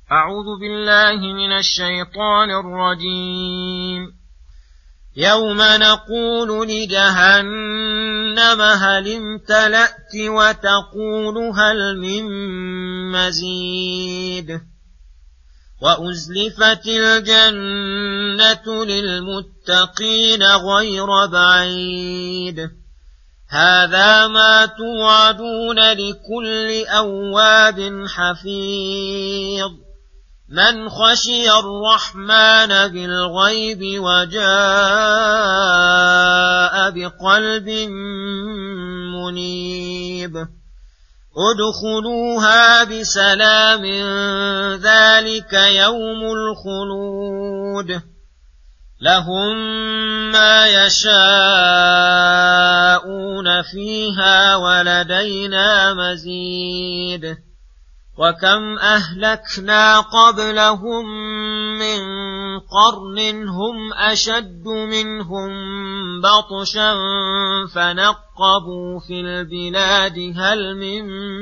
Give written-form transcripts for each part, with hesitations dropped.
أعوذ بالله من الشيطان الرجيم. يوم نقول لجهنم هل امتلأت وتقول هل من مزيد وأزلفت الجنة للمتقين غير بعيد هذا ما توعدون لكل أواب حفيظ من خشي الرحمن بالغيب وجاء بقلب منيب ادخلوها بسلام ذلك يوم الخلود لهم ما يشاءون فيها ولدينا مزيد وكم أهلكنا قبلهم من قرن هم أشد منهم بطشا فنقبوا في البلاد هل من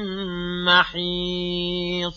محيص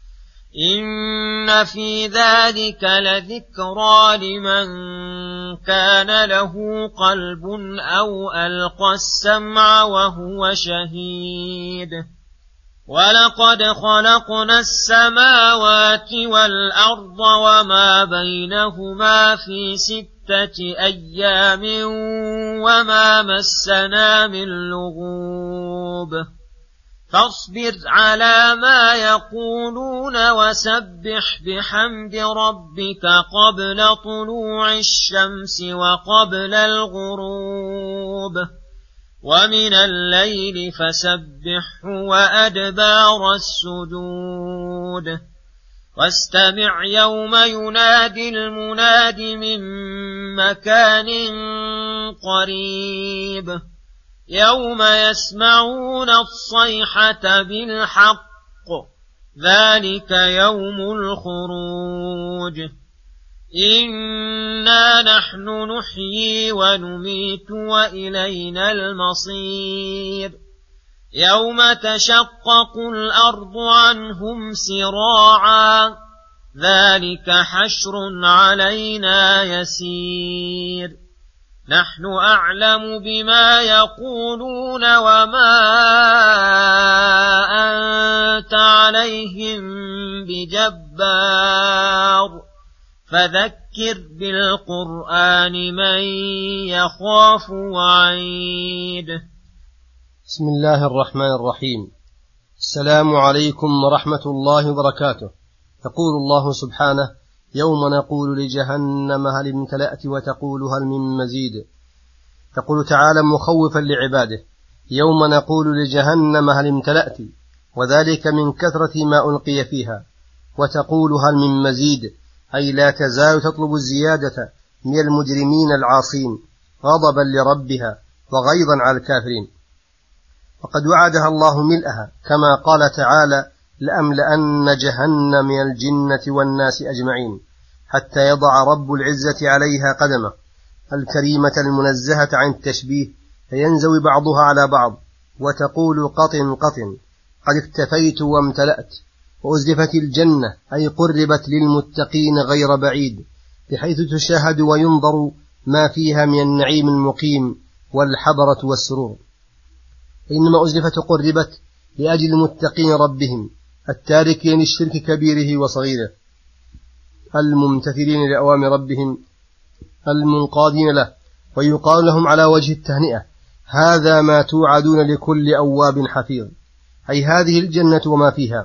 إن في ذلك لذكرى لمن كان له قلب أو ألقى السمع وهو شهيد ولقد خلقنا السماوات والأرض وما بينهما في 6 أيام وما مسنا من لغوب فاصبر على ما يقولون وسبح بحمد ربك قبل طلوع الشمس وقبل الغروب ومن الليل فسبحه وأدبار السجود واستمع يوم ينادي المناد من مكان قريب يوم يسمعون الصيحة بالحق ذلك يوم الخروج إنا نحن نحيي ونميت وإلينا المصير يوم تشقق الأرض عنهم سراعا ذلك حشر علينا يسير نحن أعلم بما يقولون وما أنت عليهم بجبار فذكر بالقرآن من يخاف وعيد. بسم الله الرحمن الرحيم. السلام عليكم ورحمة الله وبركاته. يقول الله سبحانه: يوم نقول لجهنم هل امتلأت وتقول هل من مزيد. يقول تعالى مخوفا لعباده: يوم نقول لجهنم هل امتلأت، وذلك من كثرة ما ألقي فيها، وتقول هل من مزيد، أي لا تزال تطلب الزيادة من المجرمين العاصين غضبا لربها وغيظا على الكافرين. وقد وعدها الله ملئها كما قال تعالى: لأملأن جهنم من الجنة والناس أجمعين، حتى يضع رب العزة عليها قدمه الكريمة المنزهة عن التشبيه فينزوي بعضها على بعض، وتقول قطن قطن قد اكتفيت وامتلأت. وأزلفت الجنة أي قربت للمتقين غير بعيد، بحيث تشاهد وينظر ما فيها من النعيم المقيم والحبرة والسرور. إنما أزلفت قربت لأجل المتقين ربهم التاركين للشرك كبيره وصغيره، الممتثلين لأوامر ربهم المنقادين له، ويقال لهم على وجه التهنئة: هذا ما توعدون لكل أواب حفيظ، أي هذه الجنة وما فيها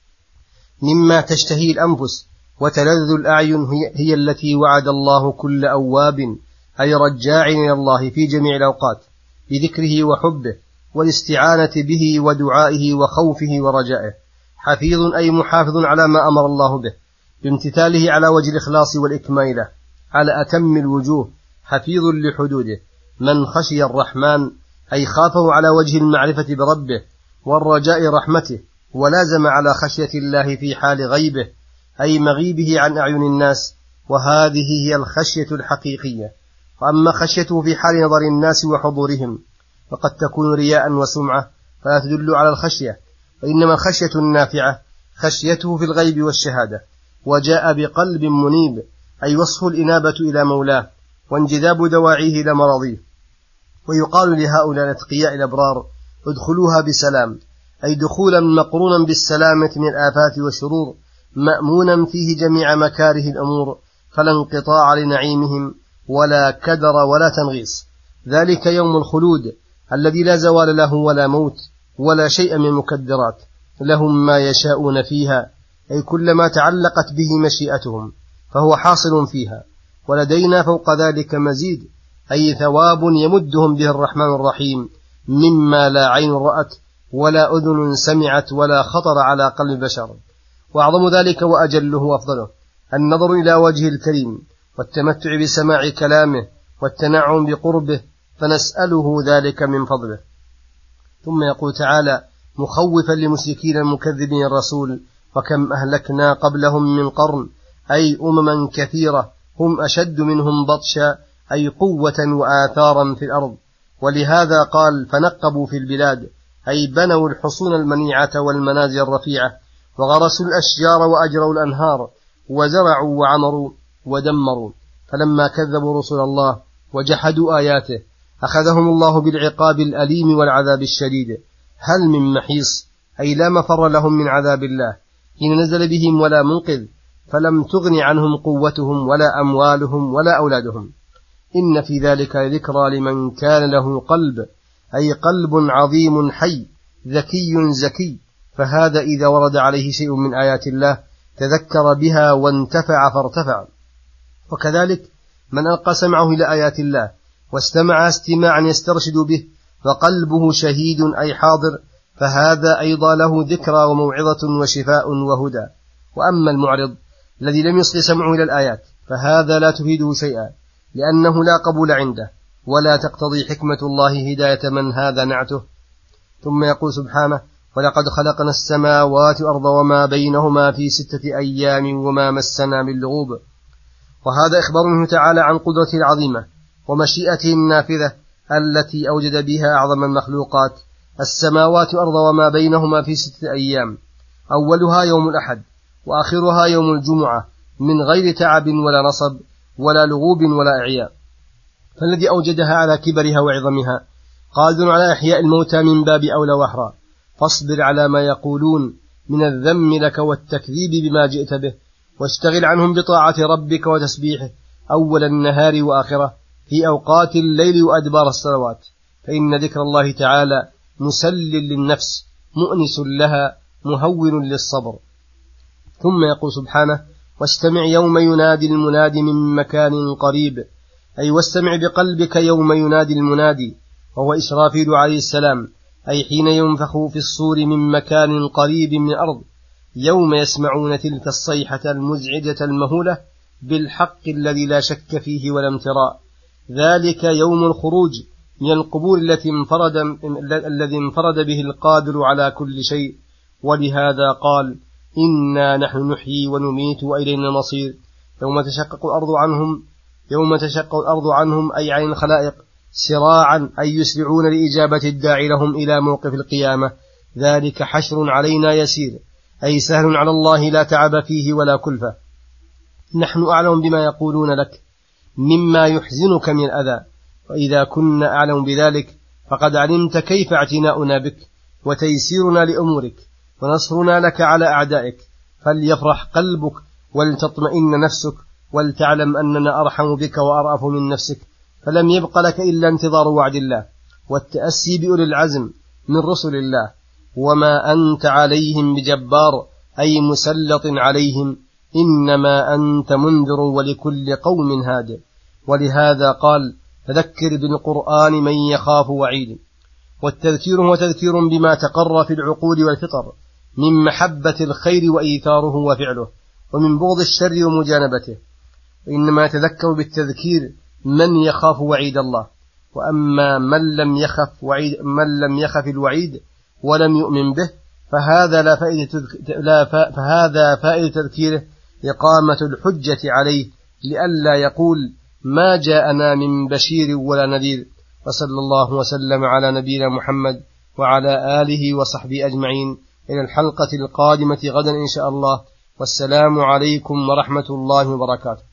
مما تشتهي الأنفس وتلذ الأعين هي التي وعد الله كل أواب، أي رجاع إلى الله في جميع الأوقات بذكره وحبه والاستعانة به ودعائه وخوفه ورجائه، حفيظ أي محافظ على ما أمر الله به بامتثاله على وجه الإخلاص والإكمال له على أتم الوجوه، حفيظ لحدوده. من خشي الرحمن أي خافه على وجه المعرفة بربه والرجاء رحمته، ولازم على خشية الله في حال غيبه أي مغيبه عن أعين الناس، وهذه هي الخشية الحقيقية. وأما خشيته في حال نظر الناس وحضورهم فقد تكون رياء وسمعة فلا تدل على الخشية، وإنما الخشية النافعة خشيته في الغيب والشهادة، وجاء بقلب منيب، أي وصف الإنابة إلى مولاه وانجذاب دواعيه إلى مراضيه. ويقال لهؤلاء الأتقياء الأبرار ادخلوها بسلام، أي دخولا مقرونا بالسلامة من الآفات والشرور، مأمونا فيه جميع مكاره الأمور، فلا انقطاع لنعيمهم ولا كدر ولا تنغيص. ذلك يوم الخلود الذي لا زوال له ولا موت ولا شيء من المكدرات، لهم ما يشاءون فيها، أي كل ما تعلقت به مشيئتهم فهو حاصل فيها، ولدينا فوق ذلك مزيد، أي ثواب يمدهم به الرحمن الرحيم مما لا عين رأت ولا أذن سمعت ولا خطر على قلب بشر. وأعظم ذلك وأجله وأفضله النظر إلى وجه الكريم والتمتع بسماع كلامه والتنعم بقربه، فنسأله ذلك من فضله. ثم يقول تعالى مخوفا لمشركين المكذبين الرسول: وكم أهلكنا قبلهم من قرن، أي أمما كثيرة هم أشد منهم بطشا، أي قوة وآثارا في الأرض. ولهذا قال فنقبوا في البلاد، أي بنوا الحصون المنيعة والمنازل الرفيعة، وغرسوا الأشجار وأجروا الأنهار، وزرعوا وعمروا ودمروا. فلما كذبوا رسل الله وجحدوا آياته أخذهم الله بالعقاب الأليم والعذاب الشديد. هل من محيص، أي لا مفر لهم من عذاب الله حين نزل بهم ولا منقذ، فلم تغن عنهم قوتهم ولا أموالهم ولا أولادهم. إن في ذلك ذكرى لمن كان له قلب، أي قلب عظيم حي ذكي زكي، فهذا إذا ورد عليه شيء من آيات الله تذكر بها وانتفع فارتفع. وكذلك من ألقى سمعه إلى آيات الله واستمع استماعا يسترشد به وقلبه شهيد أي حاضر، فهذا أيضا له ذكرى وموعظة وشفاء وهدى. وأما المعرض الذي لم يصل سمعه إلى الآيات فهذا لا تفيده شيئا، لأنه لا قبول عنده ولا تقتضي حكمة الله هداية من هذا نعته. ثم يقول سبحانه: ولقد خلقنا السماوات والأرض وما بينهما في 6 أيام وما مسنا من لغوب. وهذا إخبار منه تعالى عن قدرته العظيمة ومشيئته النافذة التي أوجد بها أعظم المخلوقات. السماوات والأرض وما بينهما في 6 أيام، أولها يوم الأحد وآخرها يوم الجمعة، من غير تعب ولا نصب ولا لغوب ولا إعياء. فالذي أوجدها على كبرها وعظمها قادر على إحياء الموتى من باب أولى وأحرى. فاصبر على ما يقولون من الذم لك والتكذيب بما جئت به، واشتغل عنهم بطاعة ربك وتسبيحه أول النهار وآخره في أوقات الليل وأدبار الصلوات، فإن ذكر الله تعالى مسل للنفس مؤنس لها مهون للصبر. ثم يقول سبحانه: واستمع يوم ينادي المنادي من مكان قريب، أي واستمع بقلبك يوم ينادي المنادي، وهو إسرافيل عليه السلام، أي حين ينفخ في الصور من مكان قريب من الأرض، يوم يسمعون تلك الصيحة المزعجة المهولة بالحق الذي لا شك فيه ولا امتراء. ذلك يوم الخروج من القبور الذي انفرد به القادر على كل شيء. ولهذا قال: إنا نحن نحيي ونميت وإلينا المصير. يوم تشق الأرض عنهم أي عن الخلائق سراعا، أي يسرعون لإجابة الداعي لهم إلى موقف القيامة. ذلك حشر علينا يسير، أي سهل على الله لا تعب فيه ولا كلفة. نحن أعلم بما يقولون لك مما يحزنك من الأذى، وإذا كنا أعلم بذلك فقد علمت كيف اعتناؤنا بك وتيسيرنا لأمورك ونصرنا لك على أعدائك. فليفرح قلبك ولتطمئن نفسك، ولتعلم أننا أرحم بك وأرأف من نفسك. فلم يبق لك إلا انتظار وعد الله والتأسي بأولي العزم من رسل الله، وما أنت عليهم بجبار، أي مسلط عليهم، إنما أنت منذر ولكل قوم هاد. ولهذا قال: فذكر بالقرآن من يخاف وعيد. والتذكير هو تذكير بما تقر في العقول والفطر من محبة الخير وإيثاره وفعله، ومن بغض الشر ومجانبته. وإنما يتذكر بالتذكير من يخاف وعيد الله. وأما من لم يخف الوعيد ولم يؤمن به فهذا فائدة تذكيره إقامة الحجة عليه، لئلا يقول ما جاءنا من بشير ولا نذير. وصلى الله وسلم على نبينا محمد وعلى آله وصحبه أجمعين، إلى الحلقة القادمة غدا إن شاء الله، والسلام عليكم ورحمة الله وبركاته.